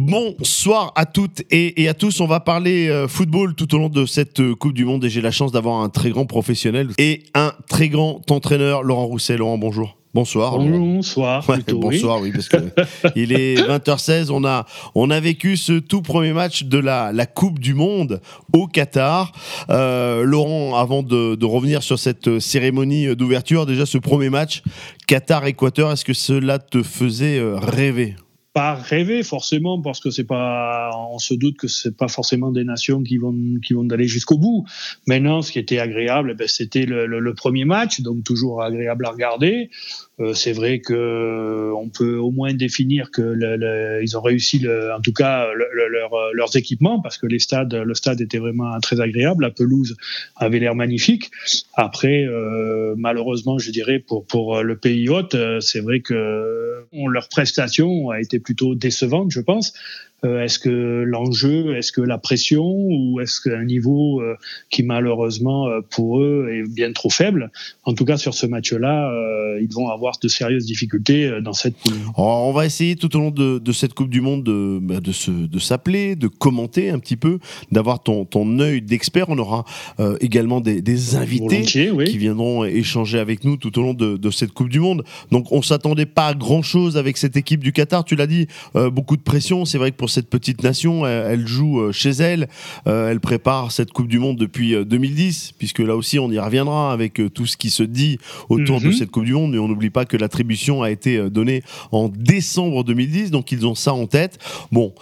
Bonsoir à toutes et à tous. On va parler football tout au long de cette Coupe du Monde et j'ai la chance d'avoir un très grand professionnel et un très grand entraîneur, Laurent Rousset. Laurent, bonjour. Bonsoir. Bonsoir. Ouais, plutôt, bonsoir, oui, parce que il est 20h16. On a vécu ce tout premier match de la Coupe du Monde au Qatar. Laurent, avant de revenir sur cette cérémonie d'ouverture, déjà ce premier match Qatar-Équateur, est-ce que cela te faisait rêver ? Pas rêver forcément, parce que c'est pas, on se doute que c'est pas forcément des nations qui vont aller jusqu'au bout. Maintenant, ce qui était agréable, c'était le premier match, donc toujours agréable à regarder. C'est vrai que on peut au moins définir que ils ont réussi en tout cas leurs équipements, parce que le stade était vraiment très agréable. La pelouse avait l'air magnifique. Après, malheureusement, je dirais pour le pays hôte, c'est vrai que leur prestation a été plutôt décevante, je pense. Est-ce que l'enjeu, est-ce que la pression, ou est-ce qu'un niveau qui malheureusement pour eux est bien trop faible? En tout cas, sur ce match-là, ils vont avoir de sérieuses difficultés dans cette poule. Alors, on va essayer tout au long de cette Coupe du Monde de s'appeler, de commenter un petit peu, d'avoir ton œil d'expert. On aura également des invités qui viendront échanger avec nous tout au long de cette Coupe du Monde. Donc on s'attendait pas à grand-chose avec cette équipe du Qatar. Tu l'as dit, beaucoup de pression. C'est vrai que pour cette petite nation, elle joue chez elle. Elle prépare cette Coupe du Monde depuis 2010, puisque là aussi on y reviendra avec tout ce qui se dit autour de cette Coupe du Monde. Mais on n'oublie pas que l'attribution a été donnée en décembre 2010, donc ils ont ça en tête. Bon,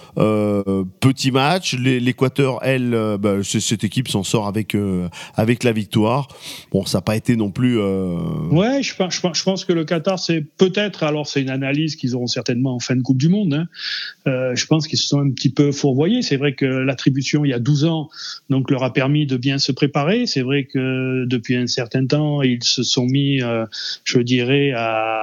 petit match. L'Équateur, cette équipe s'en sort avec la victoire. Bon, ça n'a pas été non plus. Ouais, je pense que le Qatar, c'est peut-être. Alors, c'est une analyse qu'ils auront certainement en fin de Coupe du Monde. Hein. Je pense qu'ils se sont un petit peu fourvoyés. C'est vrai que l'attribution, il y a 12 ans, donc leur a permis de bien se préparer. C'est vrai que depuis un certain temps, ils se sont mis, je dirais,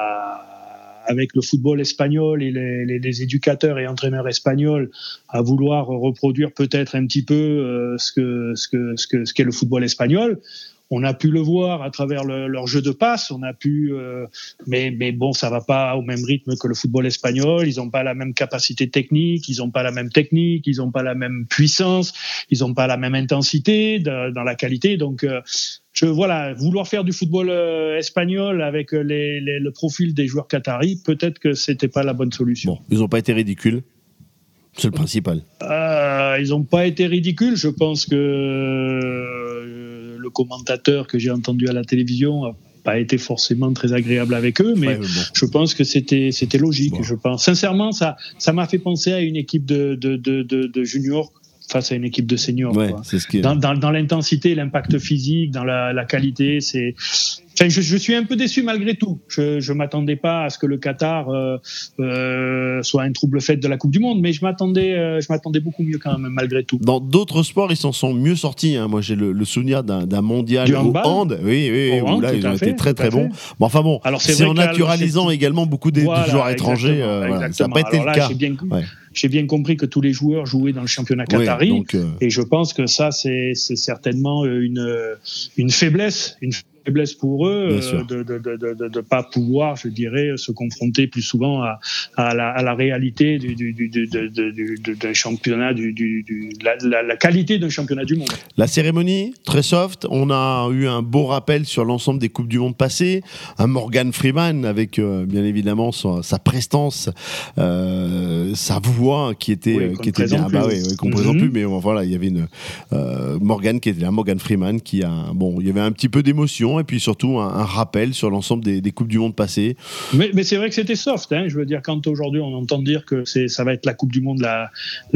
avec le football espagnol et les éducateurs et entraîneurs espagnols, à vouloir reproduire peut-être un petit peu ce qu'est le football espagnol. On a pu le voir à travers leur jeu de passe, mais bon, ça va pas au même rythme que le football espagnol. Ils n'ont pas la même capacité technique, ils n'ont pas la même technique, ils n'ont pas la même puissance, ils n'ont pas la même intensité dans la qualité. Donc, vouloir faire du football espagnol avec le profil des joueurs qataris, peut-être que c'était pas la bonne solution. Bon, ils n'ont pas été ridicules. C'est le principal. Ils n'ont pas été ridicules. Je pense que le commentateur que j'ai entendu à la télévision n'a pas été forcément très agréable avec eux, mais je pense que c'était logique. Bon. Je pense sincèrement, ça m'a fait penser à une équipe de juniors face à une équipe de seniors. Ouais, quoi. C'est ce qui est... dans l'intensité, l'impact physique, dans la qualité, c'est. Enfin, je suis un peu déçu malgré tout. Je m'attendais pas à ce que le Qatar soit un trouble fête de la Coupe du Monde, mais je m'attendais beaucoup mieux quand même malgré tout. Dans d'autres sports, ils s'en sont mieux sortis. Hein. Moi, j'ai le souvenir d'un mondial au hand. Oui, où là, ils ont été très très bons. Bon, enfin bon, alors, c'est en naturalisant également beaucoup des joueurs étrangers. Ça n'a pas été le cas. J'ai bien compris que tous les joueurs jouaient dans le championnat qatari, et je pense que ça, c'est certainement une faiblesse pour eux de pas pouvoir, je dirais, se confronter plus souvent à la réalité d'un championnat, la qualité d'un championnat du monde. La cérémonie, très soft. On a eu un beau rappel sur l'ensemble des Coupes du Monde passées. Un Morgan Freeman avec, bien évidemment, sa prestance, sa voix qui était bien. Qu'on ne présente plus, mais voilà, il y avait Morgan qui était là, Morgan Freeman, il y avait un petit peu d'émotion. Et puis surtout un rappel sur l'ensemble des Coupes du Monde passées. Mais c'est vrai que c'était soft, hein. Je veux dire, quand aujourd'hui on entend dire que ça va être la Coupe du Monde la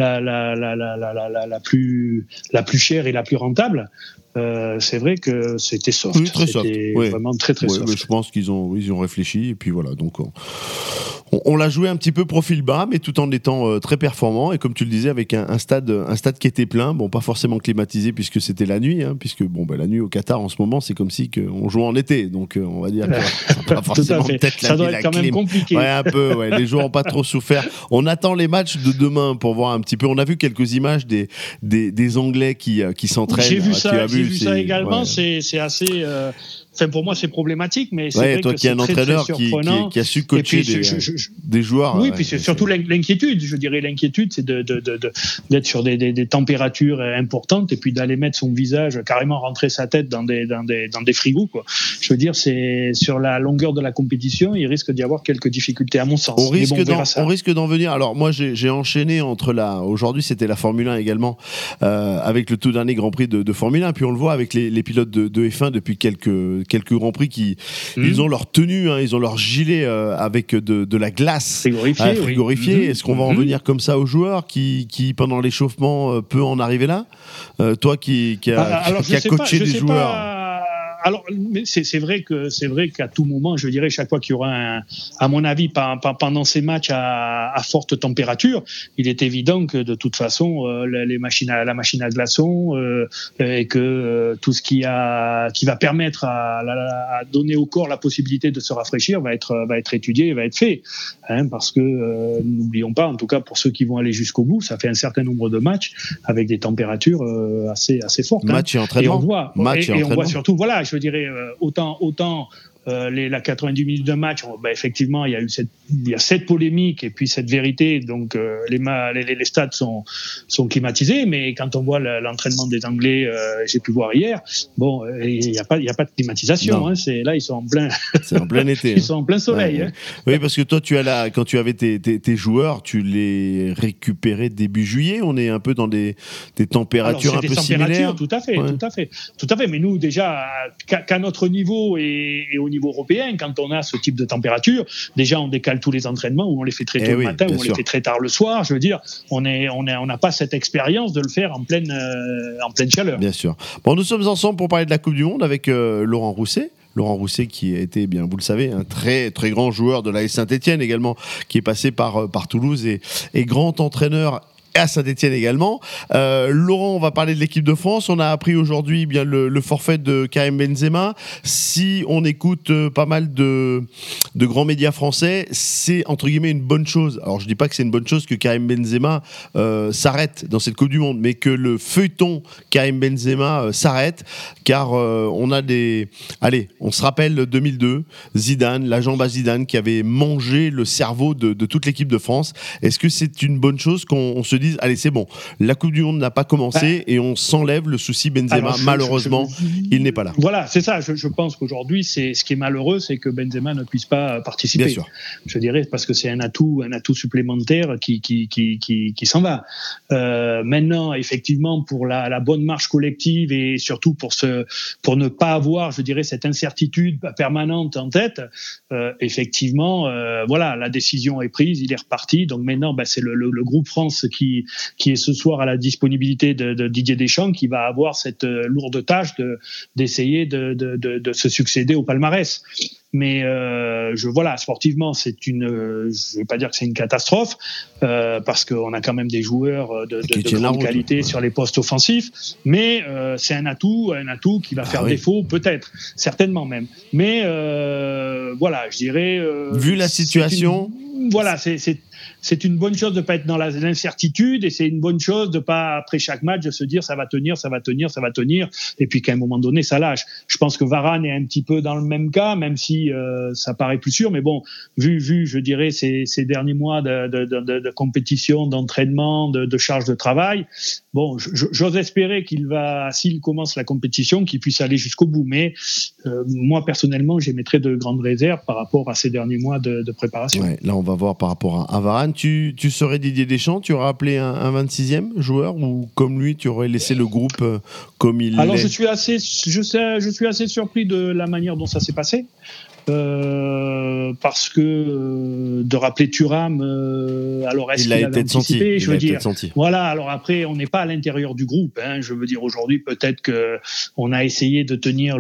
plus chère et la plus rentable. C'est vrai que c'était soft. Oui, très soft. Vraiment très très soft. Mais je pense qu'ils ont réfléchi et puis voilà. Donc on l'a joué un petit peu profil bas, mais tout en étant très performant et comme tu le disais avec un stade qui était plein. Bon, pas forcément climatisé puisque c'était la nuit, hein, puisque la nuit au Qatar en ce moment c'est comme si on jouait en été. Donc on va dire que ça pas forcément peut-être ça doit être quand même compliqué. Ouais, un peu. Ouais. Les joueurs n'ont pas trop souffert. On attend les matchs de demain pour voir un petit peu. On a vu quelques images des Anglais qui s'entraînent. J'ai vu ça. j'ai vu ça également. C'est assez. Enfin, pour moi, c'est problématique, mais c'est vrai toi que qui es un entraîneur qui a su coacher des joueurs. Oui, puis c'est surtout l'inquiétude. Je dirais l'inquiétude, c'est d'être sur des températures importantes et puis d'aller mettre son visage, carrément rentrer sa tête dans des frigos, quoi. Je veux dire, c'est sur la longueur de la compétition, il risque d'y avoir quelques difficultés, à mon sens. On risque d'en venir. Alors moi, j'ai enchaîné aujourd'hui, c'était la Formule 1 également, avec le tout dernier Grand Prix de Formule 1. Puis on le voit avec les pilotes de F1 depuis quelques Grands Prix ils ont leur tenue, ils ont leur gilet avec de la glace frigorifiée. Est-ce qu'on va en venir comme ça aux joueurs qui pendant l'échauffement peut en arriver là, toi qui a coaché des joueurs? Alors, c'est vrai qu'à tout moment, je dirais, chaque fois qu'il y aura à mon avis, pendant ces matchs à forte température, il est évident que de toute façon, la machine à glaçons et que tout ce qui va permettre à donner au corps la possibilité de se rafraîchir va être étudié et va être fait, parce que n'oublions pas, en tout cas pour ceux qui vont aller jusqu'au bout, ça fait un certain nombre de matchs avec des températures assez fortes. Match et entraînement. Et on voit surtout, voilà. Je dirais autant la 90 minutes de match, effectivement, il y a cette polémique et puis cette vérité. Donc les stades sont climatisés, mais quand on voit l'entraînement des Anglais, j'ai pu voir hier, il y a pas de climatisation. Là, ils sont en plein. C'est en plein été. Ils sont en plein soleil. Oui, parce que toi, quand tu avais tes joueurs, tu les récupérais début juillet. On est un peu dans des températures un peu similaires. Tout à fait. Mais nous, déjà, qu'à notre niveau et au niveau européen, quand on a ce type de température, déjà on décale tous les entraînements, ou on les fait très tôt le matin, ou on les fait très tard le soir. Je veux dire, on n'a pas cette expérience de le faire en pleine chaleur. Bien sûr. Bon, nous sommes ensemble pour parler de la Coupe du Monde avec Laurent Rousset. Laurent Rousset qui a été, bien vous le savez, un très très grand joueur de l'AS Saint-Etienne également, qui est passé par Toulouse et grand entraîneur à Saint-Etienne également. Laurent, on va parler de l'équipe de France. On a appris aujourd'hui bien le forfait de Karim Benzema. Si on écoute pas mal de grands médias français, c'est entre guillemets une bonne chose. Alors je dis pas que c'est une bonne chose que Karim Benzema s'arrête dans cette Coupe du Monde, mais que le feuilleton Karim Benzema s'arrête, car on se rappelle 2002, Zidane, la jambe à Zidane qui avait mangé le cerveau de toute l'équipe de France. Est-ce que c'est une bonne chose qu'on se dise, allez, c'est bon, la Coupe du Monde n'a pas commencé et on s'enlève le souci Benzema? Malheureusement, il n'est pas là. Voilà, c'est ça. Je pense qu'aujourd'hui, ce qui est malheureux, c'est que Benzema ne puisse pas participer. Bien sûr. Je dirais, parce que c'est un atout supplémentaire qui s'en va. Maintenant, effectivement, pour la bonne marche collective et surtout pour ne pas avoir, je dirais, cette incertitude permanente en tête, effectivement, voilà, la décision est prise, il est reparti. Donc maintenant, c'est le groupe France qui est ce soir à la disponibilité de Didier Deschamps, qui va avoir cette lourde tâche d'essayer de se succéder au palmarès. Mais sportivement, je vais pas dire que c'est une catastrophe, parce qu'on a quand même des joueurs de grande qualité sur les postes offensifs. Mais c'est un atout qui va faire défaut, peut-être, certainement même. Mais je dirais. Vu la situation. C'est une bonne chose de pas être dans l'incertitude, et c'est une bonne chose de pas, après chaque match, de se dire ça va tenir, et puis qu'à un moment donné ça lâche. Je pense que Varane est un petit peu dans le même cas, même si ça paraît plus sûr, mais bon, vu je dirais ces derniers mois de compétition, d'entraînement, de charge de travail, bon, j'ose espérer s'il commence la compétition, qu'il puisse aller jusqu'au bout. Mais moi personnellement, j'émettrais de grandes réserves par rapport à ces derniers mois de préparation. Ouais, là on va voir par rapport à Varane. Tu serais Didier Deschamps, tu aurais appelé un 26e joueur, ou comme lui tu aurais laissé le groupe comme il Alors l'est? je suis assez surpris de la manière dont ça s'est passé. Parce que de rappeler Thuram, alors est-ce qu'il avait anticipé, je veux dire. Voilà, alors après on n'est pas à l'intérieur du groupe, je veux dire, aujourd'hui peut-être que on a essayé de tenir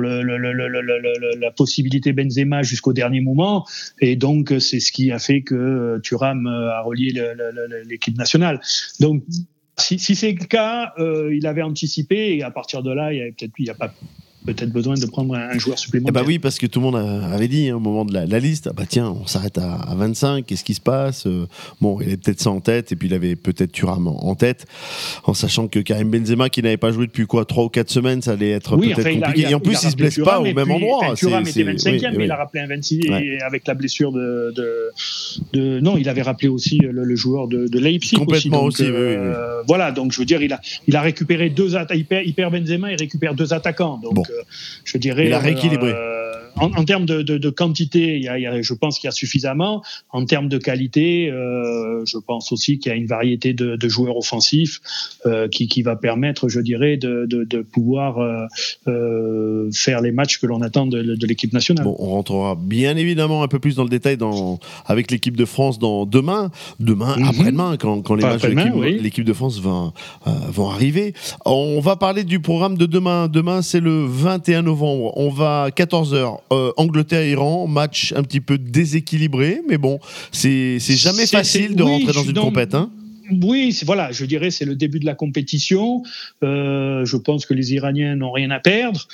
la possibilité Benzema jusqu'au dernier moment, et donc c'est ce qui a fait que Thuram a relié l'équipe nationale. Donc si c'est le cas, il avait anticipé, et à partir de là, il y a pas peut-être besoin de prendre un joueur supplémentaire. Oui, parce que tout le monde avait dit au moment de la liste, tiens, on s'arrête à 25, qu'est-ce qui se passe? Bon, il avait peut-être ça en tête, et puis il avait peut-être Thuram en tête, en sachant que Karim Benzema, qui n'avait pas joué depuis 3 ou 4 semaines, ça allait être peut-être compliqué. Et en plus, il se blesse pas au même endroit. Thuram était 25e, mais il a rappelé un 26 avec la blessure non, il avait rappelé aussi le joueur de Leipzig. Complètement aussi. Voilà, donc je veux dire, il a récupéré il perd Benzema, il récupère 2 attaquants. Donc je dirais. Il a rééquilibré. En termes de quantité, je pense qu'il y a suffisamment. En termes de qualité, je pense aussi qu'il y a une variété de joueurs offensifs qui va permettre, je dirais, de pouvoir faire les matchs que l'on attend de l'équipe nationale. Bon, on rentrera bien évidemment un peu plus dans le détail avec l'équipe de France demain, après-demain, quand les matchs de l'équipe de France vont arriver. On va parler du programme de demain. Demain, c'est le 21 novembre. On va à 14h. Angleterre-Iran, match un petit peu déséquilibré, mais bon, c'est jamais facile de rentrer dans une compète. Oui, voilà, je dirais c'est le début de la compétition. Je pense que les Iraniens n'ont rien à perdre.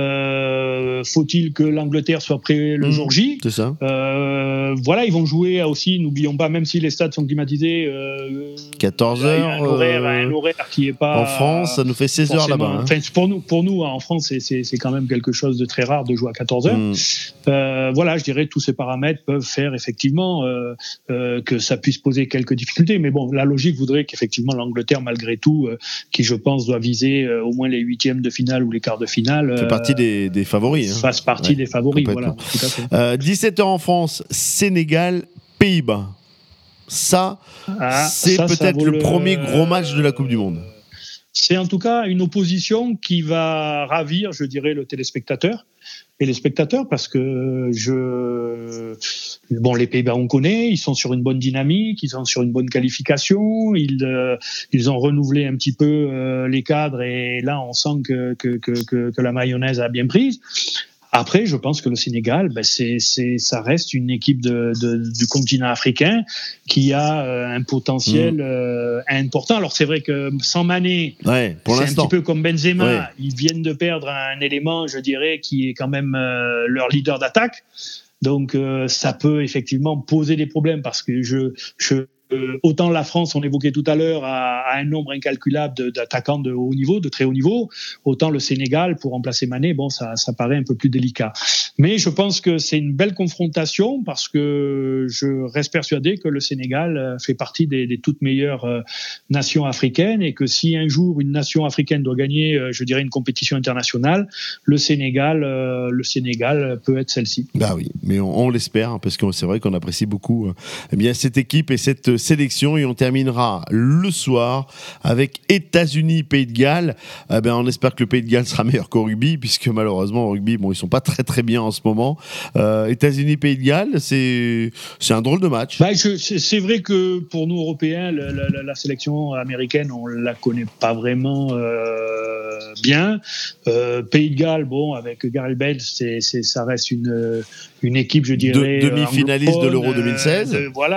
Faut-il que l'Angleterre soit prête le jour J? C'est ça. Voilà, ils vont jouer aussi, n'oublions pas, même si les stades sont climatisés, 14h. Un horaire qui est pas. En France, ça nous fait 16h là-bas. Enfin, pour nous, en France, c'est quand même quelque chose de très rare de jouer à 14h. Voilà, je dirais tous ces paramètres peuvent faire effectivement que ça puisse poser quelques difficultés. Mais bon, la logique voudrait qu'effectivement l'Angleterre, malgré tout, qui je pense doit viser au moins les huitièmes de finale ou les quarts de finale, fait partie des favoris. Fasse partie des favoris, voilà. Tout à fait. 17h en France, Sénégal, Pays-Bas. C'est peut-être le premier gros match de la Coupe du Monde. C'est en tout cas une opposition qui va ravir, je dirais, le téléspectateur et les spectateurs, parce que les Pays-Bas on connaît, ils sont sur une bonne dynamique, ils sont sur une bonne qualification, ils ont renouvelé un petit peu les cadres, et là on sent que la mayonnaise a bien prise. Après, je pense que le Sénégal, ça reste une équipe du continent africain qui a un potentiel important. Alors c'est vrai que sans Mané, c'est un petit peu comme Benzema, ils viennent de perdre un élément, je dirais, qui est quand même leur leader d'attaque. Donc ça peut effectivement poser des problèmes, parce que autant la France, on évoquait tout à l'heure, a un nombre incalculable d'attaquants de haut niveau, de très haut niveau, autant le Sénégal, pour remplacer Mané, ça paraît un peu plus délicat. Mais je pense que c'est une belle confrontation, parce que je reste persuadé que le Sénégal fait partie des toutes meilleures nations africaines, et que si un jour une nation africaine doit gagner, je dirais, une compétition internationale, le Sénégal peut être celle-ci. Bah oui, mais on l'espère, parce que c'est vrai qu'on apprécie beaucoup cette équipe et cette sélection, et on terminera le soir avec États-Unis, Pays de Galles. On espère que le Pays de Galles sera meilleur qu'au rugby, puisque malheureusement au rugby, ils sont pas très très bien en ce moment. États-Unis, Pays de Galles, c'est un drôle de match. C'est vrai que pour nous Européens, la sélection américaine, on la connaît pas vraiment bien. Pays de Galles, avec Gareth Bale, ça reste une équipe, je dirais, demi-finaliste de l'Euro 2016.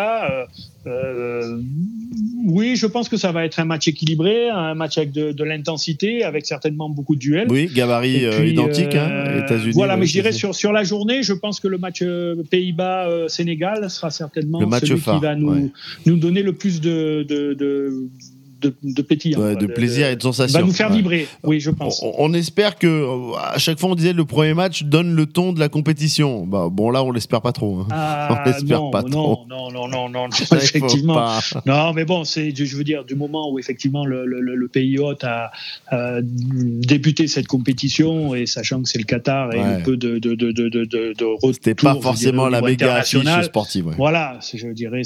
Oui, je pense que ça va être un match équilibré, un match avec de l'intensité, avec certainement beaucoup de duels. Oui, gabarit identique, États-Unis. Voilà, mais je dirais sur la journée, je pense que le match Pays-Bas-Sénégal sera certainement celui qui va nous donner le plus de pétillant, de plaisir et de sensation. Va nous faire vibrer, oui, je pense. On espère que, à chaque fois on disait le premier match donne le ton de la compétition. Là on l'espère pas trop. On l'espère pas trop. Non, effectivement. Non, mais bon, je veux dire, du moment où effectivement le pays hôte a débuté cette compétition, et sachant que c'est le Qatar et un peu de retour. C'était pas forcément la méga affiche sportive. Voilà, je dirais,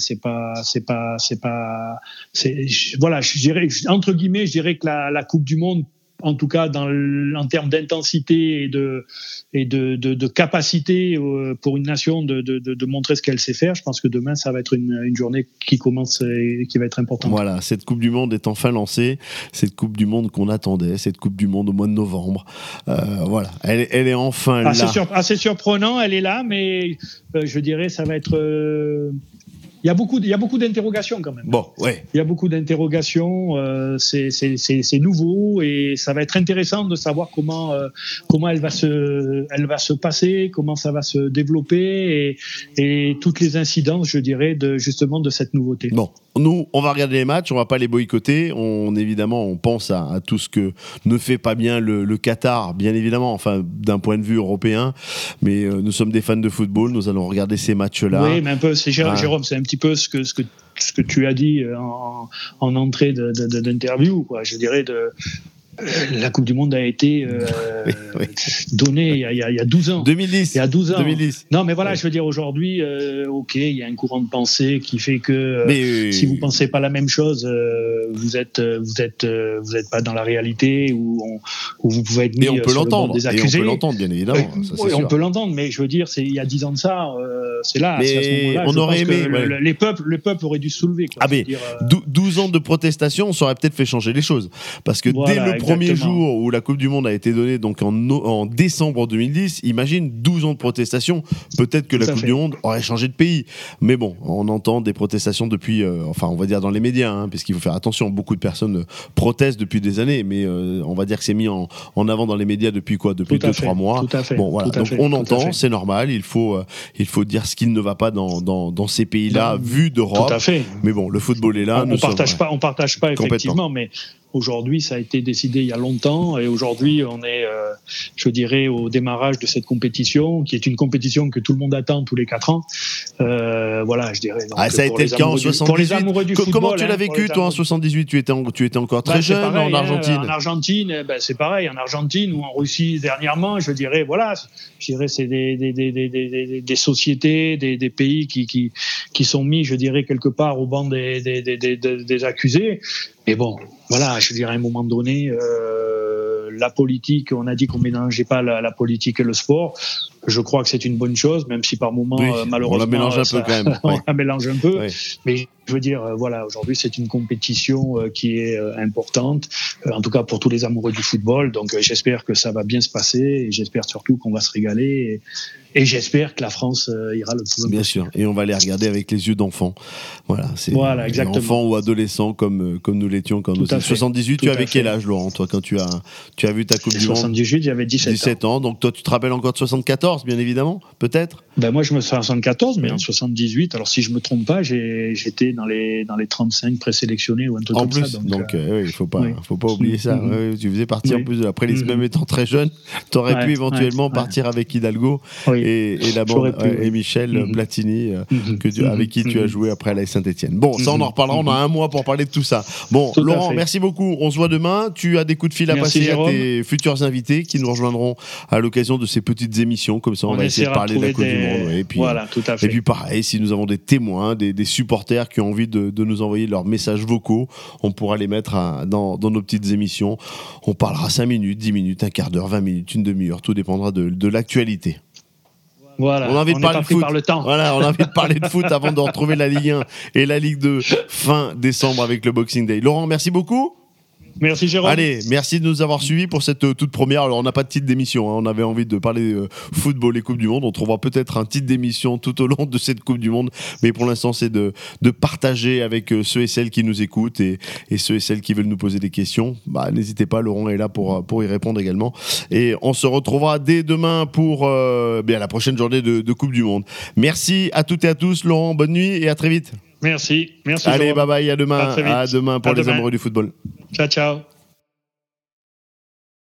voilà, entre guillemets, je dirais que la Coupe du Monde, en tout cas en termes d'intensité et de capacité pour une nation de montrer ce qu'elle sait faire, je pense que demain ça va être une journée qui commence et qui va être importante. Voilà, cette Coupe du Monde est enfin lancée, cette Coupe du Monde qu'on attendait, cette Coupe du Monde au mois de novembre. Voilà, elle est enfin là. Assez surprenant, elle est là, mais je dirais ça va être Il y a beaucoup d'interrogations quand même. Bon, ouais. Il y a beaucoup d'interrogations. C'est nouveau et ça va être intéressant de savoir comment elle va se passer, comment ça va se développer et toutes les incidences, je dirais, justement de cette nouveauté. Bon. Nous, on va regarder les matchs, on va pas les boycotter. Évidemment, on pense à tout ce que ne fait pas bien le Qatar, bien évidemment, enfin d'un point de vue européen. Mais nous sommes des fans de football, nous allons regarder ces matchs-là. Oui, mais un peu, Jérôme, c'est un petit peu ce que tu as dit en entrée d'interview, quoi. Je dirais la Coupe du Monde a été donnée il y a 12 ans. 2010. Il y a 12 ans. 2010. Non, mais voilà, je veux dire, aujourd'hui, ok, il y a un courant de pensée qui fait que si vous pensez pas la même chose, vous êtes pas dans la réalité ou vous pouvez être mis et on peut sur le banc l'entendre. des accusés. Et on peut l'entendre, bien évidemment. Oui, ça, c'est sûr. on peut l'entendre, mais je veux dire, il y a 10 ans de ça, c'est là. Mais c'est à ce moment-là, on aurait aimé. Les peuples auraient dû se soulever. Quoi, 12 ans de protestation, ça aurait peut-être fait changer les choses. Parce que dès le premier jour où la Coupe du Monde a été donnée, donc en décembre 2010, imagine 12 ans de protestation, peut-être que la Coupe du Monde aurait changé de pays. Mais bon, on entend des protestations depuis, on va dire dans les médias, puisqu'il faut faire attention, beaucoup de personnes protestent depuis des années, mais on va dire que c'est mis en avant dans les médias depuis quoi ? Depuis 2-3 mois. Tout à fait. Bon, voilà. Donc on entend, c'est normal, il faut dire ce qui ne va pas dans ces pays-là, vu d'Europe. Tout à fait. Mais bon, le football est là. On partage pas effectivement, mais aujourd'hui, ça a été décidé il y a longtemps et aujourd'hui, on est, je dirais, au démarrage de cette compétition, qui est une compétition que tout le monde attend tous les 4 ans. Voilà, je dirais. Donc, ça a été le cas en 78. Pour les amoureux du football. Comment tu l'as vécu, toi, en 78 ? Tu étais encore très jeune pareil, en Argentine. En Argentine, c'est pareil. En Argentine ou en Russie dernièrement, je dirais, voilà, c'est des sociétés, des pays qui sont mis, je dirais, quelque part au banc des accusés. Mais bon, voilà, je dirais à un moment donné, la politique, on a dit qu'on mélangeait pas la politique et le sport. Je crois que c'est une bonne chose, même si par moments, malheureusement, on la mélange un peu quand même. On la mélange un peu. Oui. Mais je veux dire, voilà, aujourd'hui, c'est une compétition qui est importante, en tout cas pour tous les amoureux du football. Donc, j'espère que ça va bien se passer et j'espère surtout qu'on va se régaler. Et j'espère que la France ira le plus loin. Bien sûr, et on va les regarder avec les yeux d'enfants. Voilà, exactement. Enfants ou adolescents comme nous l'étions quand nous étions. 78, tu avais quel âge, Laurent, toi, quand tu as vu ta Coupe du Monde ? 78, j'avais 17 ans. Donc toi, tu te rappelles encore de 74, bien évidemment, peut-être ? Moi, je me souviens en 74, mais en 78, alors si je me trompe pas, j'étais dans les 35 présélectionnés ou un truc comme ça. Donc il faut pas oublier ça. Tu faisais partie en plus après même étant très jeune, tu aurais pu éventuellement partir avec Hidalgo. Et la bande et Michel Platini avec qui tu as joué après à la Saint-Etienne. Bon, ça on en reparlera, on a un mois pour parler de tout ça. Bon, Laurent, merci beaucoup, on se voit demain. Tu as des coups de fil à passer Jérôme. À tes futurs invités qui nous rejoindront à l'occasion de ces petites émissions, comme ça on va essayer de parler de la Coupe du Monde. Et puis, voilà, tout à fait. Et puis pareil, si nous avons des témoins, des supporters qui ont envie de nous envoyer leurs messages vocaux, on pourra les mettre dans nos petites émissions. On parlera 5 minutes, 10 minutes, un quart d'heure, 20 minutes, une demi-heure, tout dépendra de l'actualité. Voilà, on a envie de parler de foot. Par le temps. Voilà, on a envie de parler de foot avant de retrouver la Ligue 1 et la Ligue 2 fin décembre avec le Boxing Day. Laurent, merci beaucoup. Merci Jérôme. Allez, merci de nous avoir suivis pour cette toute première. Alors on n'a pas de titre d'émission, on avait envie de parler football et Coupe du Monde. On trouvera peut-être un titre d'émission tout au long de cette Coupe du Monde, mais pour l'instant c'est de partager avec ceux et celles qui nous écoutent et ceux et celles qui veulent nous poser des questions. N'hésitez pas, Laurent est là pour y répondre également. Et on se retrouvera dès demain pour la prochaine journée de Coupe du Monde. Merci à toutes et à tous. Laurent, bonne nuit et à très vite. Merci. Allez, bye bye, à demain pour les amoureux du football. Ciao.